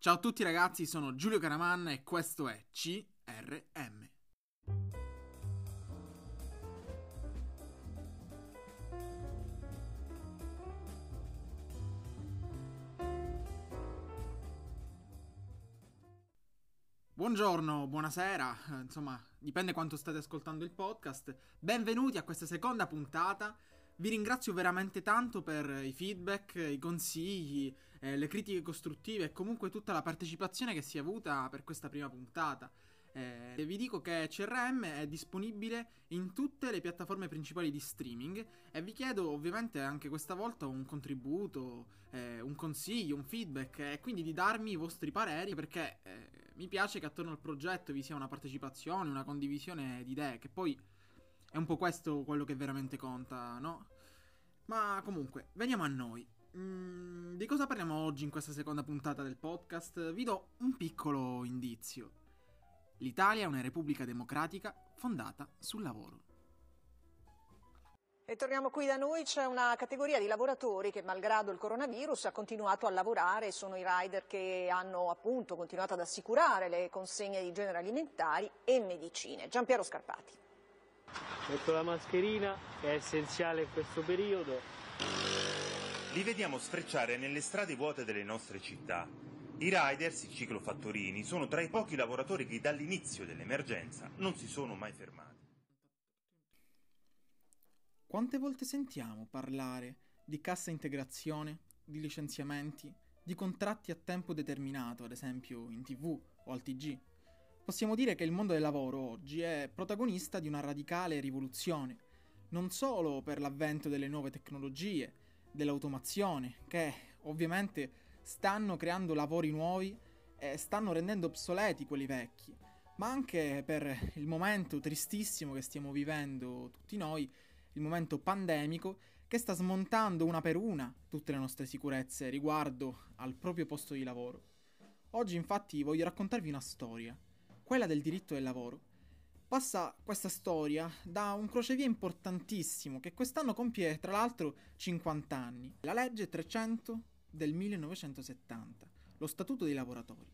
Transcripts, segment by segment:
Ciao a tutti ragazzi, sono Giulio Caramanna e questo è CRM. Buongiorno, buonasera, insomma, dipende quanto state ascoltando il podcast. Benvenuti a questa seconda puntata. Vi ringrazio veramente tanto per i feedback, i consigli, le critiche costruttive e comunque tutta la partecipazione che si è avuta per questa prima puntata. Vi dico che CRM è disponibile in tutte le piattaforme principali di streaming e vi chiedo ovviamente anche questa volta un contributo, un consiglio, un feedback e quindi di darmi i vostri pareri perché mi piace che attorno al progetto vi sia una partecipazione, una condivisione di idee, che poi è un po' questo quello che veramente conta, no? Ma comunque, veniamo a noi. Di cosa parliamo oggi in questa seconda puntata del podcast? Vi do un piccolo indizio. L'Italia è una repubblica democratica fondata sul lavoro. E torniamo qui da noi, c'è una categoria di lavoratori che malgrado il coronavirus ha continuato a lavorare, sono i rider che hanno appunto continuato ad assicurare le consegne di generi alimentari e medicine. Giampiero Scarpati. Metto la mascherina, che è essenziale in questo periodo. Li vediamo sfrecciare nelle strade vuote delle nostre città. I riders, i ciclofattorini, sono tra i pochi lavoratori che dall'inizio dell'emergenza non si sono mai fermati. Quante volte sentiamo parlare di cassa integrazione, di licenziamenti, di contratti a tempo determinato, ad esempio in TV o al TG? Possiamo dire che il mondo del lavoro oggi è protagonista di una radicale rivoluzione, non solo per l'avvento delle nuove tecnologie, dell'automazione, che ovviamente stanno creando lavori nuovi e stanno rendendo obsoleti quelli vecchi, ma anche per il momento tristissimo che stiamo vivendo tutti noi, il momento pandemico che sta smontando una per una tutte le nostre sicurezze riguardo al proprio posto di lavoro. Oggi infatti voglio raccontarvi una storia, quella del diritto del lavoro. Passa questa storia da un crocevia importantissimo che quest'anno compie tra l'altro 50 anni, la legge 300 del 1970, lo Statuto dei lavoratori.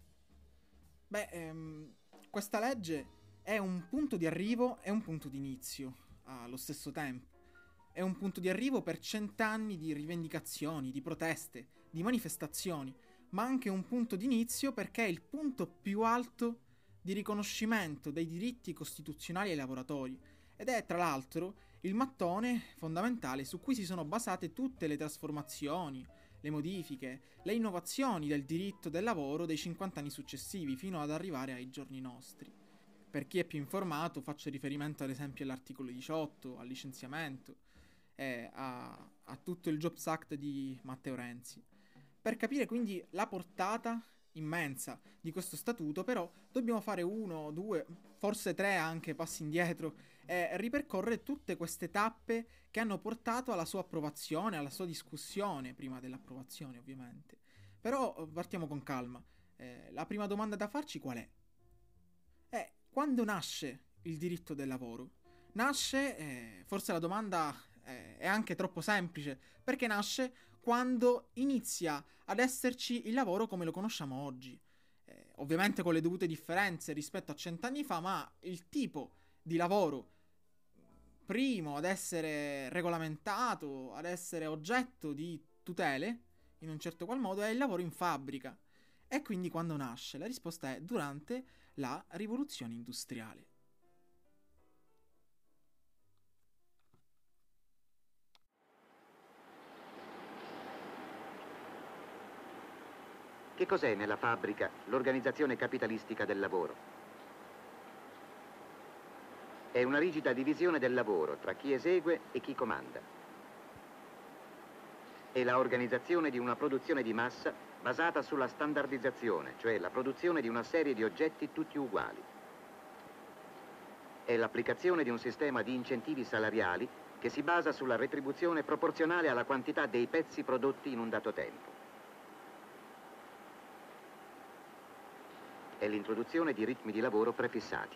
Questa legge è un punto di arrivo e un punto di inizio allo stesso tempo. È un punto di arrivo per 100 anni di rivendicazioni, di proteste, di manifestazioni, ma anche un punto di inizio perché è il punto più alto di riconoscimento dei diritti costituzionali ai lavoratori ed è tra l'altro il mattone fondamentale su cui si sono basate tutte le trasformazioni, le modifiche, le innovazioni del diritto del lavoro dei 50 anni successivi fino ad arrivare ai giorni nostri. Per chi è più informato faccio riferimento ad esempio all'articolo 18, al licenziamento e a tutto il Jobs Act di Matteo Renzi. Per capire quindi la portata immensa di questo statuto, però dobbiamo fare 1, 2, forse 3 anche passi indietro e ripercorrere tutte queste tappe che hanno portato alla sua approvazione, alla sua discussione prima dell'approvazione ovviamente. Però partiamo con calma. La prima domanda da farci qual è? Quando nasce il diritto del lavoro? Nasce, forse la domanda è anche troppo semplice, perché nasce quando inizia ad esserci il lavoro come lo conosciamo oggi. Ovviamente con le dovute differenze rispetto a 100 anni fa, ma il tipo di lavoro primo ad essere regolamentato, ad essere oggetto di tutele, in un certo qual modo, è il lavoro in fabbrica. E quindi quando nasce? La risposta è durante la rivoluzione industriale. Che cos'è nella fabbrica l'organizzazione capitalistica del lavoro? È una rigida divisione del lavoro tra chi esegue e chi comanda. È la organizzazione di una produzione di massa basata sulla standardizzazione, cioè la produzione di una serie di oggetti tutti uguali. È l'applicazione di un sistema di incentivi salariali che si basa sulla retribuzione proporzionale alla quantità dei pezzi prodotti in un dato tempo. È l'introduzione di ritmi di lavoro prefissati.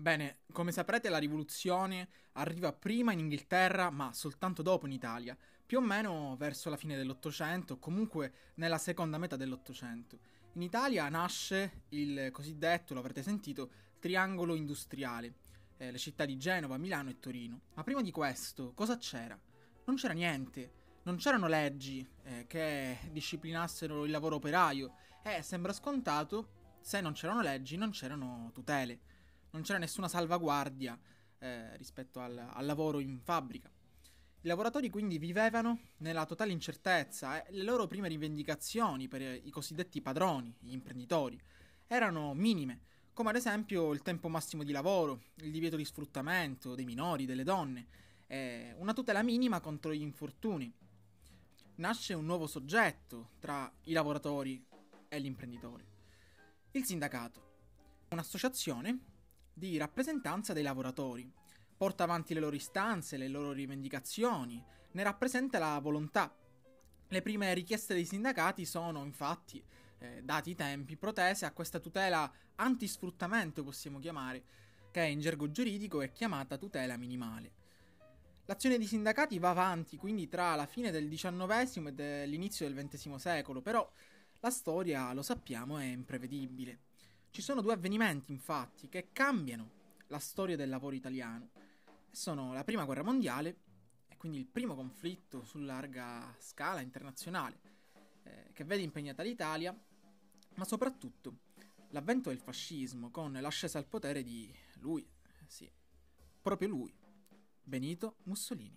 Bene, come saprete la rivoluzione arriva prima in Inghilterra ma soltanto dopo in Italia, più o meno verso la fine dell'Ottocento, comunque nella seconda metà dell'Ottocento. In Italia nasce il cosiddetto, lo avrete sentito, triangolo industriale, le città di Genova, Milano e Torino. Ma prima di questo cosa c'era? Non c'era niente, non c'erano leggi che disciplinassero il lavoro operaio e sembra scontato, se non c'erano leggi non c'erano tutele. Non c'era nessuna salvaguardia rispetto al lavoro in fabbrica. I lavoratori quindi vivevano nella totale incertezza e le loro prime rivendicazioni per i cosiddetti padroni, gli imprenditori, erano minime, come ad esempio il tempo massimo di lavoro, il divieto di sfruttamento dei minori, delle donne, una tutela minima contro gli infortuni. Nasce un nuovo soggetto tra i lavoratori e l'imprenditore. Il sindacato, un'associazione di rappresentanza dei lavoratori. Porta avanti le loro istanze, le loro rivendicazioni, ne rappresenta la volontà. Le prime richieste dei sindacati sono, infatti, dati i tempi, protese a questa tutela antisfruttamento, possiamo chiamare, che in gergo giuridico è chiamata tutela minimale. L'azione dei sindacati va avanti quindi tra la fine del XIX e l'inizio del XX secolo, però la storia, lo sappiamo, è imprevedibile. Ci sono due avvenimenti, infatti, che cambiano la storia del lavoro italiano. E sono la Prima Guerra Mondiale, e quindi il primo conflitto su larga scala internazionale, che vede impegnata l'Italia, ma soprattutto l'avvento del fascismo, con l'ascesa al potere di lui, sì, proprio lui, Benito Mussolini.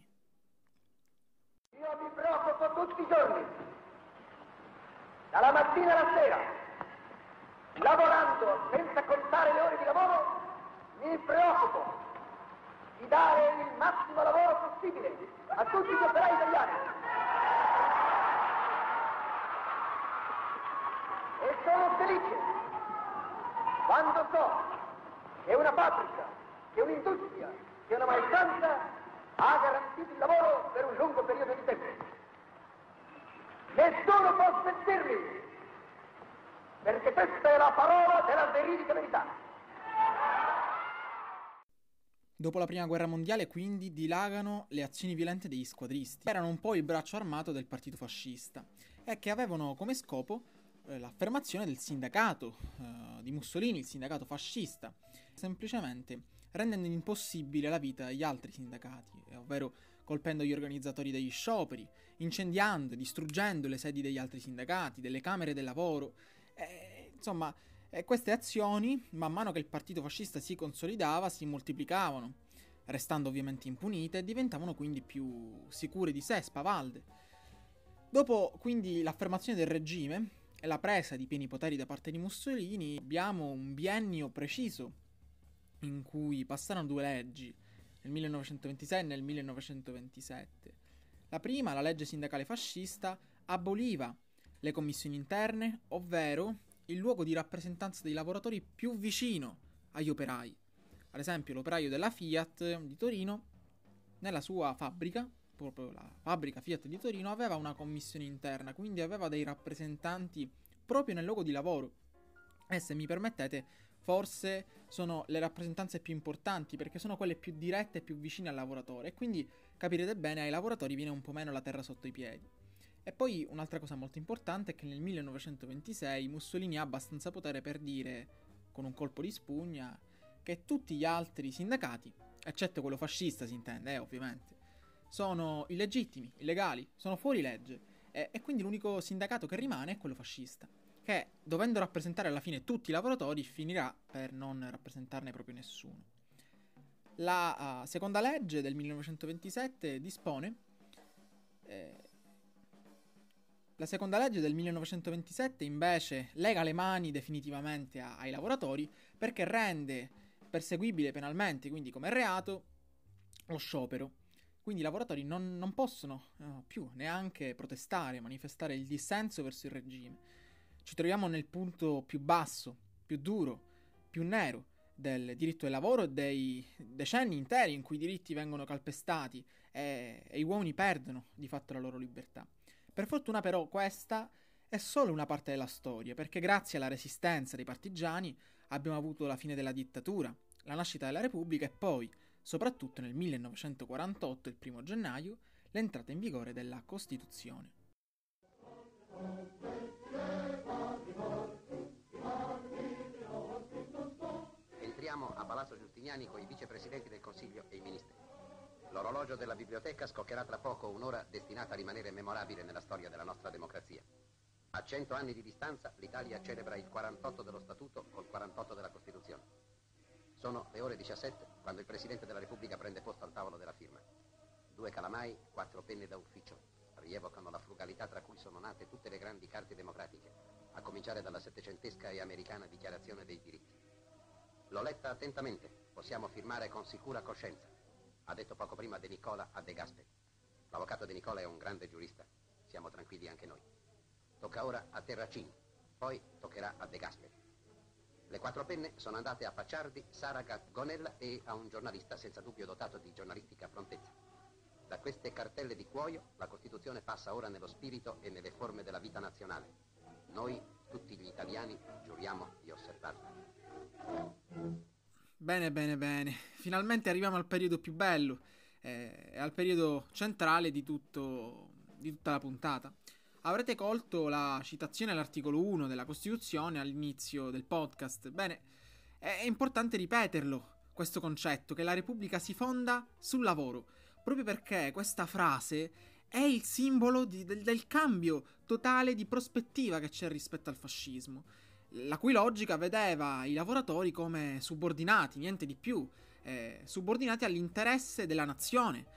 Io mi preoccupo tutti i giorni, dalla mattina alla sera, lavorando senza contare le ore di lavoro, mi preoccupo di dare il massimo lavoro possibile a tutti gli operai italiani. E sono felice quando so che una fabbrica, che un'industria, che una maestranza ha garantito il lavoro per un lungo periodo di tempo. Nessuno può smentirmi, perché questa è la parola della veridica verità. Dopo la Prima Guerra Mondiale, quindi, dilagano le azioni violente degli squadristi. Erano un po' il braccio armato del partito fascista e che avevano come scopo l'affermazione del sindacato di Mussolini, il sindacato fascista, semplicemente rendendo impossibile la vita degli altri sindacati, ovvero colpendo gli organizzatori degli scioperi, incendiando e distruggendo le sedi degli altri sindacati, delle camere del lavoro. Insomma, queste azioni, man mano che il partito fascista si consolidava, si moltiplicavano, restando ovviamente impunite, e diventavano quindi più sicure di sé, spavalde. Dopo quindi l'affermazione del regime e la presa di pieni poteri da parte di Mussolini, abbiamo un biennio preciso in cui passarono due leggi, nel 1926 e nel 1927. La prima, la legge sindacale fascista, aboliva le commissioni interne, ovvero il luogo di rappresentanza dei lavoratori più vicino agli operai. Ad esempio, l'operaio della Fiat di Torino, nella sua fabbrica, proprio la fabbrica Fiat di Torino, aveva una commissione interna, quindi aveva dei rappresentanti proprio nel luogo di lavoro. E se mi permettete, forse sono le rappresentanze più importanti, perché sono quelle più dirette e più vicine al lavoratore, e quindi capirete bene, ai lavoratori viene un po' meno la terra sotto i piedi. E poi un'altra cosa molto importante è che nel 1926 Mussolini ha abbastanza potere per dire, con un colpo di spugna, che tutti gli altri sindacati, eccetto quello fascista si intende, ovviamente, sono illegittimi, illegali, sono fuori legge, e quindi l'unico sindacato che rimane è quello fascista, che, dovendo rappresentare alla fine tutti i lavoratori, finirà per non rappresentarne proprio nessuno. La seconda legge del 1927 dispone... La seconda legge del 1927 invece lega le mani definitivamente ai lavoratori, perché rende perseguibile penalmente, quindi come reato, lo sciopero. Quindi i lavoratori non possono più neanche protestare, manifestare il dissenso verso il regime. Ci troviamo nel punto più basso, più duro, più nero del diritto del lavoro e dei decenni interi in cui i diritti vengono calpestati e gli uomini perdono di fatto la loro libertà. Per fortuna però questa è solo una parte della storia, perché grazie alla resistenza dei partigiani abbiamo avuto la fine della dittatura, la nascita della Repubblica e poi, soprattutto nel 1948, il 1 gennaio, l'entrata in vigore della Costituzione. Entriamo a Palazzo Giustiniani con i vicepresidenti del Consiglio e i ministri. L'orologio della biblioteca scoccherà tra poco un'ora destinata a rimanere memorabile nella storia della nostra democrazia. A 100 anni di distanza l'Italia celebra il 48 dello Statuto col 48 della Costituzione. Sono le ore 17 quando il Presidente della Repubblica prende posto al tavolo della firma. 2 calamai, 4 penne da ufficio rievocano la frugalità tra cui sono nate tutte le grandi carte democratiche, a cominciare dalla settecentesca e americana Dichiarazione dei diritti. L'ho letta attentamente, possiamo firmare con sicura coscienza, ha detto poco prima De Nicola a De Gasperi. L'avvocato De Nicola è un grande giurista, siamo tranquilli anche noi. Tocca ora a Terracini, poi toccherà a De Gasperi. Le 4 penne sono andate a Pacciardi, Saragat, Gonella e a un giornalista senza dubbio dotato di giornalistica prontezza. Da queste cartelle di cuoio la Costituzione passa ora nello spirito e nelle forme della vita nazionale. Noi, tutti gli italiani, giuriamo di osservarla. Bene. Finalmente arriviamo al periodo più bello, al periodo centrale di tutta la puntata. Avrete colto la citazione all'articolo 1 della Costituzione all'inizio del podcast. Bene, è importante ripeterlo, questo concetto, che la Repubblica si fonda sul lavoro, proprio perché questa frase è il simbolo del cambio totale di prospettiva che c'è rispetto al fascismo, la cui logica vedeva i lavoratori come subordinati, niente di più, subordinati all'interesse della nazione,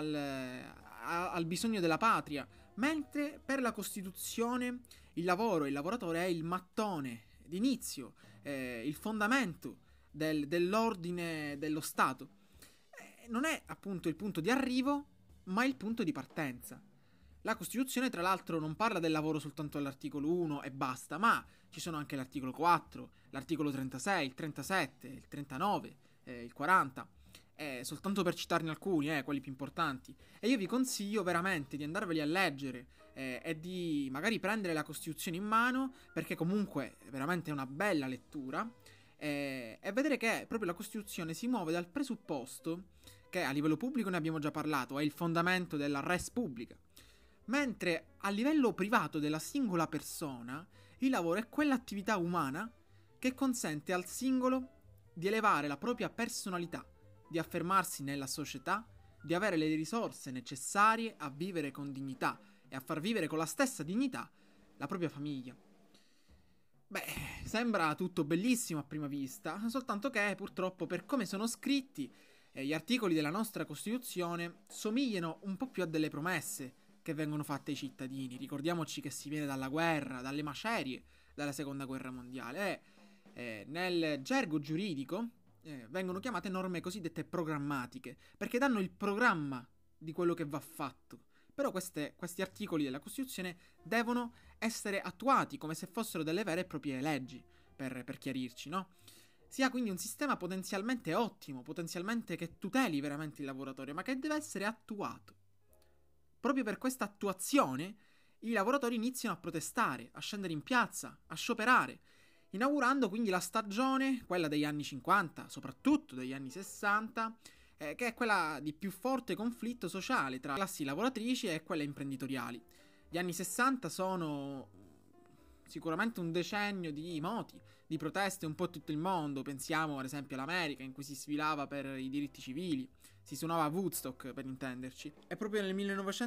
al bisogno della patria, mentre per la Costituzione il lavoro e il lavoratore è il mattone d'inizio, il fondamento dell'ordine dello Stato. Non è appunto il punto di arrivo, ma il punto di partenza. La Costituzione, tra l'altro, non parla del lavoro soltanto all'articolo 1 e basta, ma ci sono anche l'articolo 4, l'articolo 36, il 37, il 39, il 40, soltanto per citarne alcuni, quelli più importanti. E io vi consiglio veramente di andarveli a leggere e di magari prendere la Costituzione in mano, perché comunque veramente è una bella lettura, e vedere che proprio la Costituzione si muove dal presupposto che a livello pubblico ne abbiamo già parlato, è il fondamento della res publica, mentre a livello privato della singola persona il lavoro è quell'attività umana che consente al singolo di elevare la propria personalità, di affermarsi nella società, di avere le risorse necessarie a vivere con dignità e a far vivere con la stessa dignità la propria famiglia. Beh, sembra tutto bellissimo a prima vista, soltanto che purtroppo per come sono scritti gli articoli della nostra Costituzione somigliano un po' più a delle promesse che vengono fatte ai cittadini. Ricordiamoci che si viene dalla guerra, dalle macerie della Seconda Guerra Mondiale. Nel gergo giuridico vengono chiamate norme cosiddette programmatiche, perché danno il programma di quello che va fatto. Però questi articoli della Costituzione devono essere attuati come se fossero delle vere e proprie leggi, per chiarirci, no? Sia quindi un sistema potenzialmente ottimo, potenzialmente che tuteli veramente il lavoratore, ma che deve essere attuato. Proprio per questa attuazione i lavoratori iniziano a protestare, a scendere in piazza, a scioperare, inaugurando quindi la stagione, quella degli anni 50, soprattutto degli anni 60, che è quella di più forte conflitto sociale tra classi lavoratrici e quelle imprenditoriali. Gli anni 60 sono sicuramente un decennio di moti, di proteste un po' tutto il mondo. Pensiamo ad esempio all'America, in cui si sfilava per i diritti civili, si suonava a Woodstock per intenderci. E proprio nel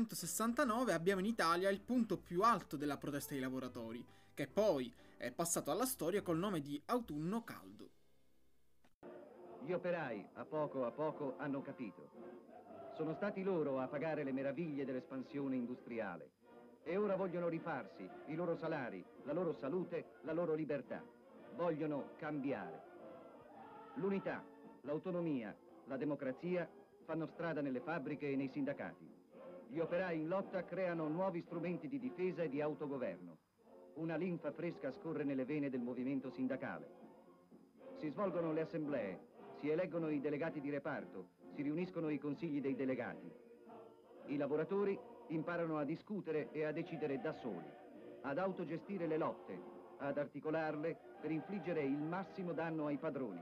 1969 abbiamo in Italia il punto più alto della protesta dei lavoratori, che poi è passato alla storia col nome di Autunno Caldo. Gli operai, a poco, hanno capito. Sono stati loro a pagare le meraviglie dell'espansione industriale. E ora vogliono rifarsi, i loro salari, la loro salute, la loro libertà. Vogliono cambiare. L'unità, l'autonomia, la democrazia fanno strada nelle fabbriche e nei sindacati. Gli operai in lotta creano nuovi strumenti di difesa e di autogoverno. Una linfa fresca scorre nelle vene del movimento sindacale. Si svolgono le assemblee, si eleggono i delegati di reparto, si riuniscono i consigli dei delegati. I lavoratori imparano a discutere e a decidere da soli, ad autogestire le lotte, ad articolarle per infliggere il massimo danno ai padroni.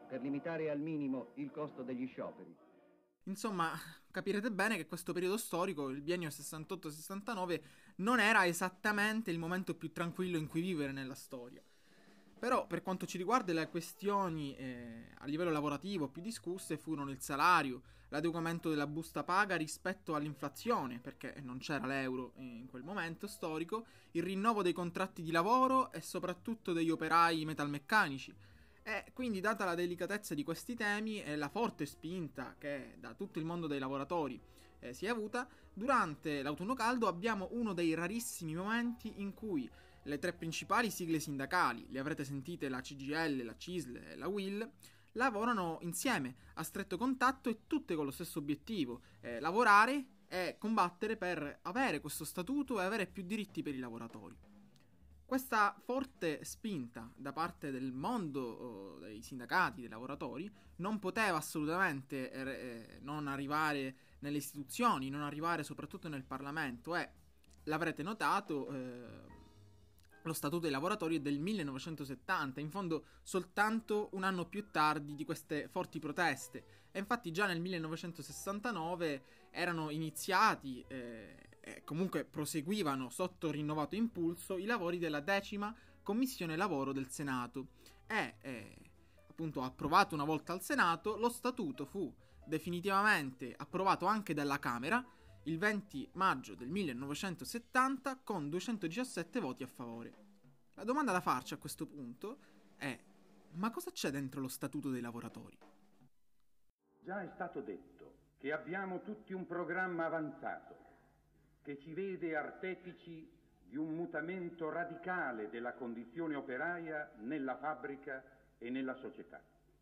per limitare al minimo il costo degli scioperi. Insomma, capirete bene che questo periodo storico, il biennio 68-69, non era esattamente il momento più tranquillo in cui vivere nella storia. Però, per quanto ci riguarda, le questioni a livello lavorativo più discusse furono il salario, l'adeguamento della busta paga rispetto all'inflazione, perché non c'era l'euro in quel momento storico, il rinnovo dei contratti di lavoro e soprattutto degli operai metalmeccanici. E quindi, data la delicatezza di questi temi e la forte spinta che da tutto il mondo dei lavoratori si è avuta, durante l'autunno caldo abbiamo uno dei rarissimi momenti in cui le tre principali sigle sindacali, le avrete sentite la CGIL, la CISL e la UIL, lavorano insieme, a stretto contatto e tutte con lo stesso obiettivo, lavorare e combattere per avere questo statuto e avere più diritti per i lavoratori. Questa forte spinta da parte del mondo dei sindacati, dei lavoratori, non poteva assolutamente non arrivare nelle istituzioni, non arrivare soprattutto nel Parlamento e, l'avrete notato, lo Statuto dei lavoratori è del 1970, in fondo soltanto un anno più tardi di queste forti proteste. E infatti già nel 1969 erano iniziati e comunque proseguivano sotto rinnovato impulso i lavori della 10ª Commissione Lavoro del Senato. Appunto approvato una volta al Senato, lo Statuto fu definitivamente approvato anche dalla Camera il 20 maggio del 1970 con 217 voti a favore. La domanda da farci a questo punto è: ma cosa c'è dentro lo Statuto dei lavoratori? Già è stato detto che abbiamo tutti un programma avanzato che ci vede artefici di un mutamento radicale della condizione operaia nella fabbrica e nella società.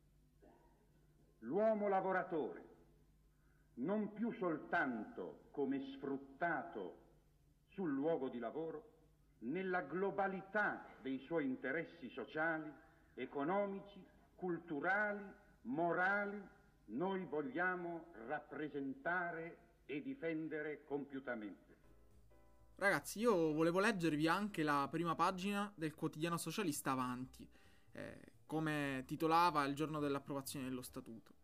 L'uomo lavoratore, non più soltanto come sfruttato sul luogo di lavoro, nella globalità dei suoi interessi sociali, economici, culturali, morali, noi vogliamo rappresentare e difendere compiutamente. Ragazzi, io volevo leggervi anche la prima pagina del quotidiano socialista Avanti, come titolava il giorno dell'approvazione dello statuto.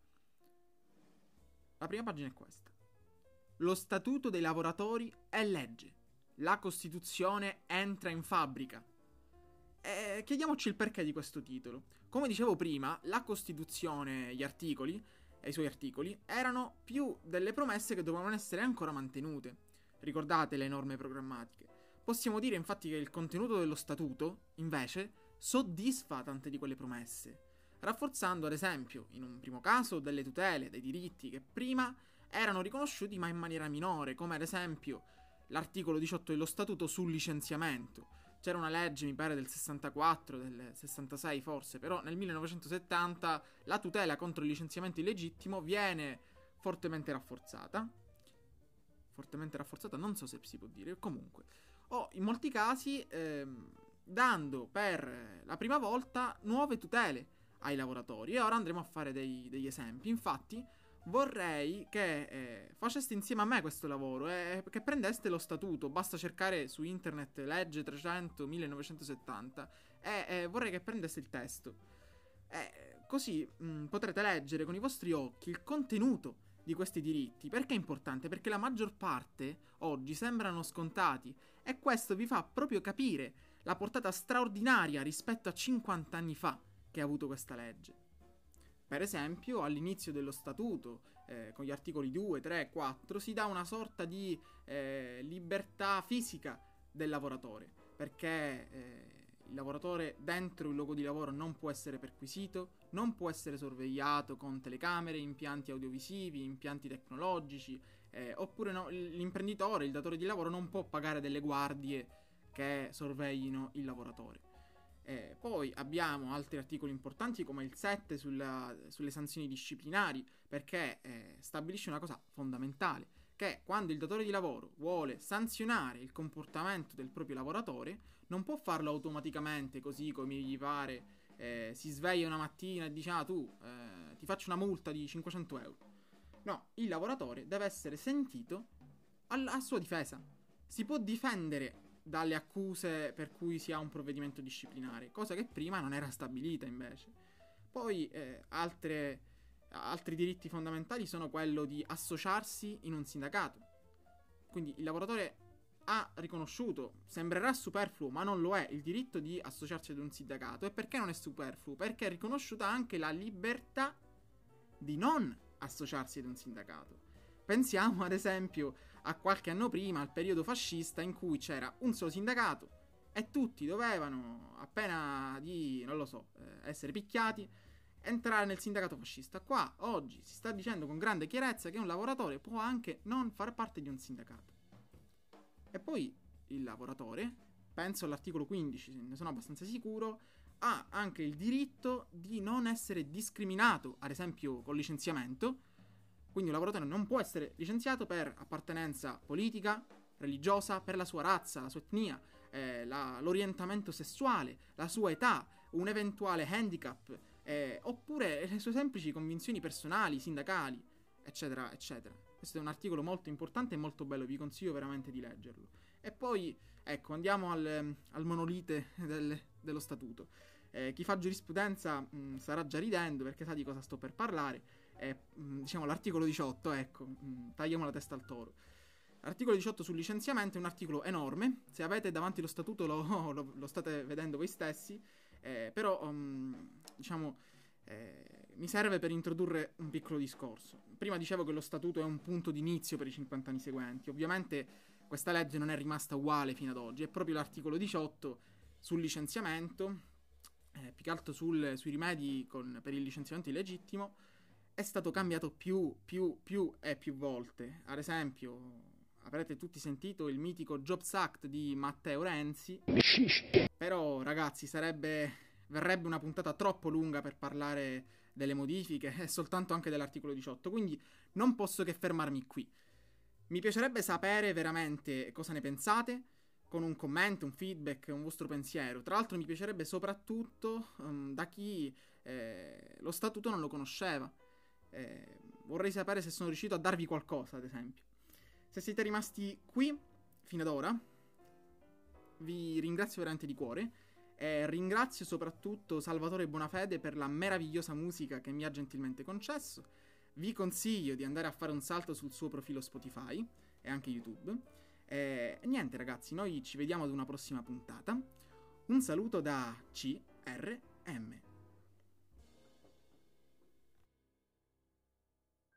La prima pagina è questa: lo statuto dei lavoratori è legge, la Costituzione entra in fabbrica. Chiediamoci il perché di questo titolo. Come dicevo prima, la Costituzione, gli articoli e i suoi articoli erano più delle promesse che dovevano essere ancora mantenute. Ricordate le norme programmatiche. Possiamo dire infatti che il contenuto dello statuto, invece, soddisfa tante di quelle promesse, rafforzando ad esempio, in un primo caso, delle tutele, dei diritti che prima erano riconosciuti ma in maniera minore, come ad esempio l'articolo 18 dello statuto sul licenziamento. C'era una legge, mi pare, del 64, del 66 forse, però nel 1970 la tutela contro il licenziamento illegittimo viene fortemente rafforzata. Fortemente rafforzata, non so se si può dire, comunque. O in molti casi dando per la prima volta nuove tutele ai lavoratori. E ora andremo a fare degli esempi. Infatti vorrei che faceste insieme a me questo lavoro e che prendeste lo statuto. Basta cercare su internet legge 300 1970 e vorrei che prendeste il testo. Così potrete leggere con i vostri occhi il contenuto di questi diritti. Perché è importante? Perché la maggior parte oggi sembrano scontati e questo vi fa proprio capire la portata straordinaria rispetto a 50 anni fa che ha avuto questa legge. Per esempio, all'inizio dello statuto, con gli articoli 2, 3, 4, si dà una sorta di libertà fisica del lavoratore, perché il lavoratore dentro il luogo di lavoro non può essere perquisito, non può essere sorvegliato con telecamere, impianti audiovisivi, impianti tecnologici, oppure no, l'imprenditore, il datore di lavoro non può pagare delle guardie che sorveglino il lavoratore. Poi abbiamo altri articoli importanti come il 7 sulle sanzioni disciplinari, perché stabilisce una cosa fondamentale, che quando il datore di lavoro vuole sanzionare il comportamento del proprio lavoratore non può farlo automaticamente, così come gli pare, si sveglia una mattina e dice tu ti faccio una multa di 500 euro. No, il lavoratore deve essere sentito a sua difesa. Si può difendere dalle accuse per cui si ha un provvedimento disciplinare, cosa che prima non era stabilita invece. Poi altri diritti fondamentali sono quello di associarsi in un sindacato. Quindi il lavoratore ha riconosciuto, sembrerà superfluo ma non lo è, il diritto di associarsi ad un sindacato. E perché non è superfluo? Perché è riconosciuta anche la libertà di non associarsi ad un sindacato. Pensiamo ad esempio a qualche anno prima, al periodo fascista, in cui c'era un solo sindacato e tutti dovevano, appena di, non lo so, essere picchiati, entrare nel sindacato fascista. Qua oggi si sta dicendo con grande chiarezza che un lavoratore può anche non far parte di un sindacato. E poi il lavoratore, penso all'articolo 15, ne sono abbastanza sicuro, ha anche il diritto di non essere discriminato, ad esempio col licenziamento. Quindi un lavoratore non può essere licenziato per appartenenza politica, religiosa, per la sua razza, la sua etnia, l'orientamento sessuale, la sua età, un eventuale handicap, oppure le sue semplici convinzioni personali, sindacali, eccetera, eccetera. Questo è un articolo molto importante e molto bello, vi consiglio veramente di leggerlo. E poi, ecco, andiamo al monolite dello statuto. Chi fa giurisprudenza starà già ridendo perché sa di cosa sto per parlare. Diciamo l'articolo 18, ecco, tagliamo la testa al toro. L'articolo 18 sul licenziamento è un articolo enorme. Se avete davanti lo statuto lo state vedendo voi stessi, però diciamo mi serve per introdurre un piccolo discorso. Prima dicevo che lo statuto è un punto di inizio per i 50 anni seguenti. Ovviamente questa legge non è rimasta uguale fino ad oggi. È proprio l'articolo 18 sul licenziamento, più che altro sui rimedi per il licenziamento illegittimo, è stato cambiato più volte. Ad esempio, avrete tutti sentito il mitico Jobs Act di Matteo Renzi. Però, ragazzi, verrebbe una puntata troppo lunga per parlare delle modifiche e soltanto anche dell'articolo 18, quindi non posso che fermarmi qui. Mi piacerebbe sapere veramente cosa ne pensate, con un commento, un feedback, un vostro pensiero. Tra l'altro mi piacerebbe soprattutto da chi lo statuto non lo conosceva. Vorrei sapere se sono riuscito a darvi qualcosa, ad esempio. Se siete rimasti qui fino ad ora, vi ringrazio veramente di cuore e ringrazio soprattutto Salvatore Bonafede per la meravigliosa musica che mi ha gentilmente concesso. Vi consiglio di andare a fare un salto sul suo profilo Spotify e anche YouTube. E niente ragazzi, noi ci vediamo ad una prossima puntata. Un saluto da CRM.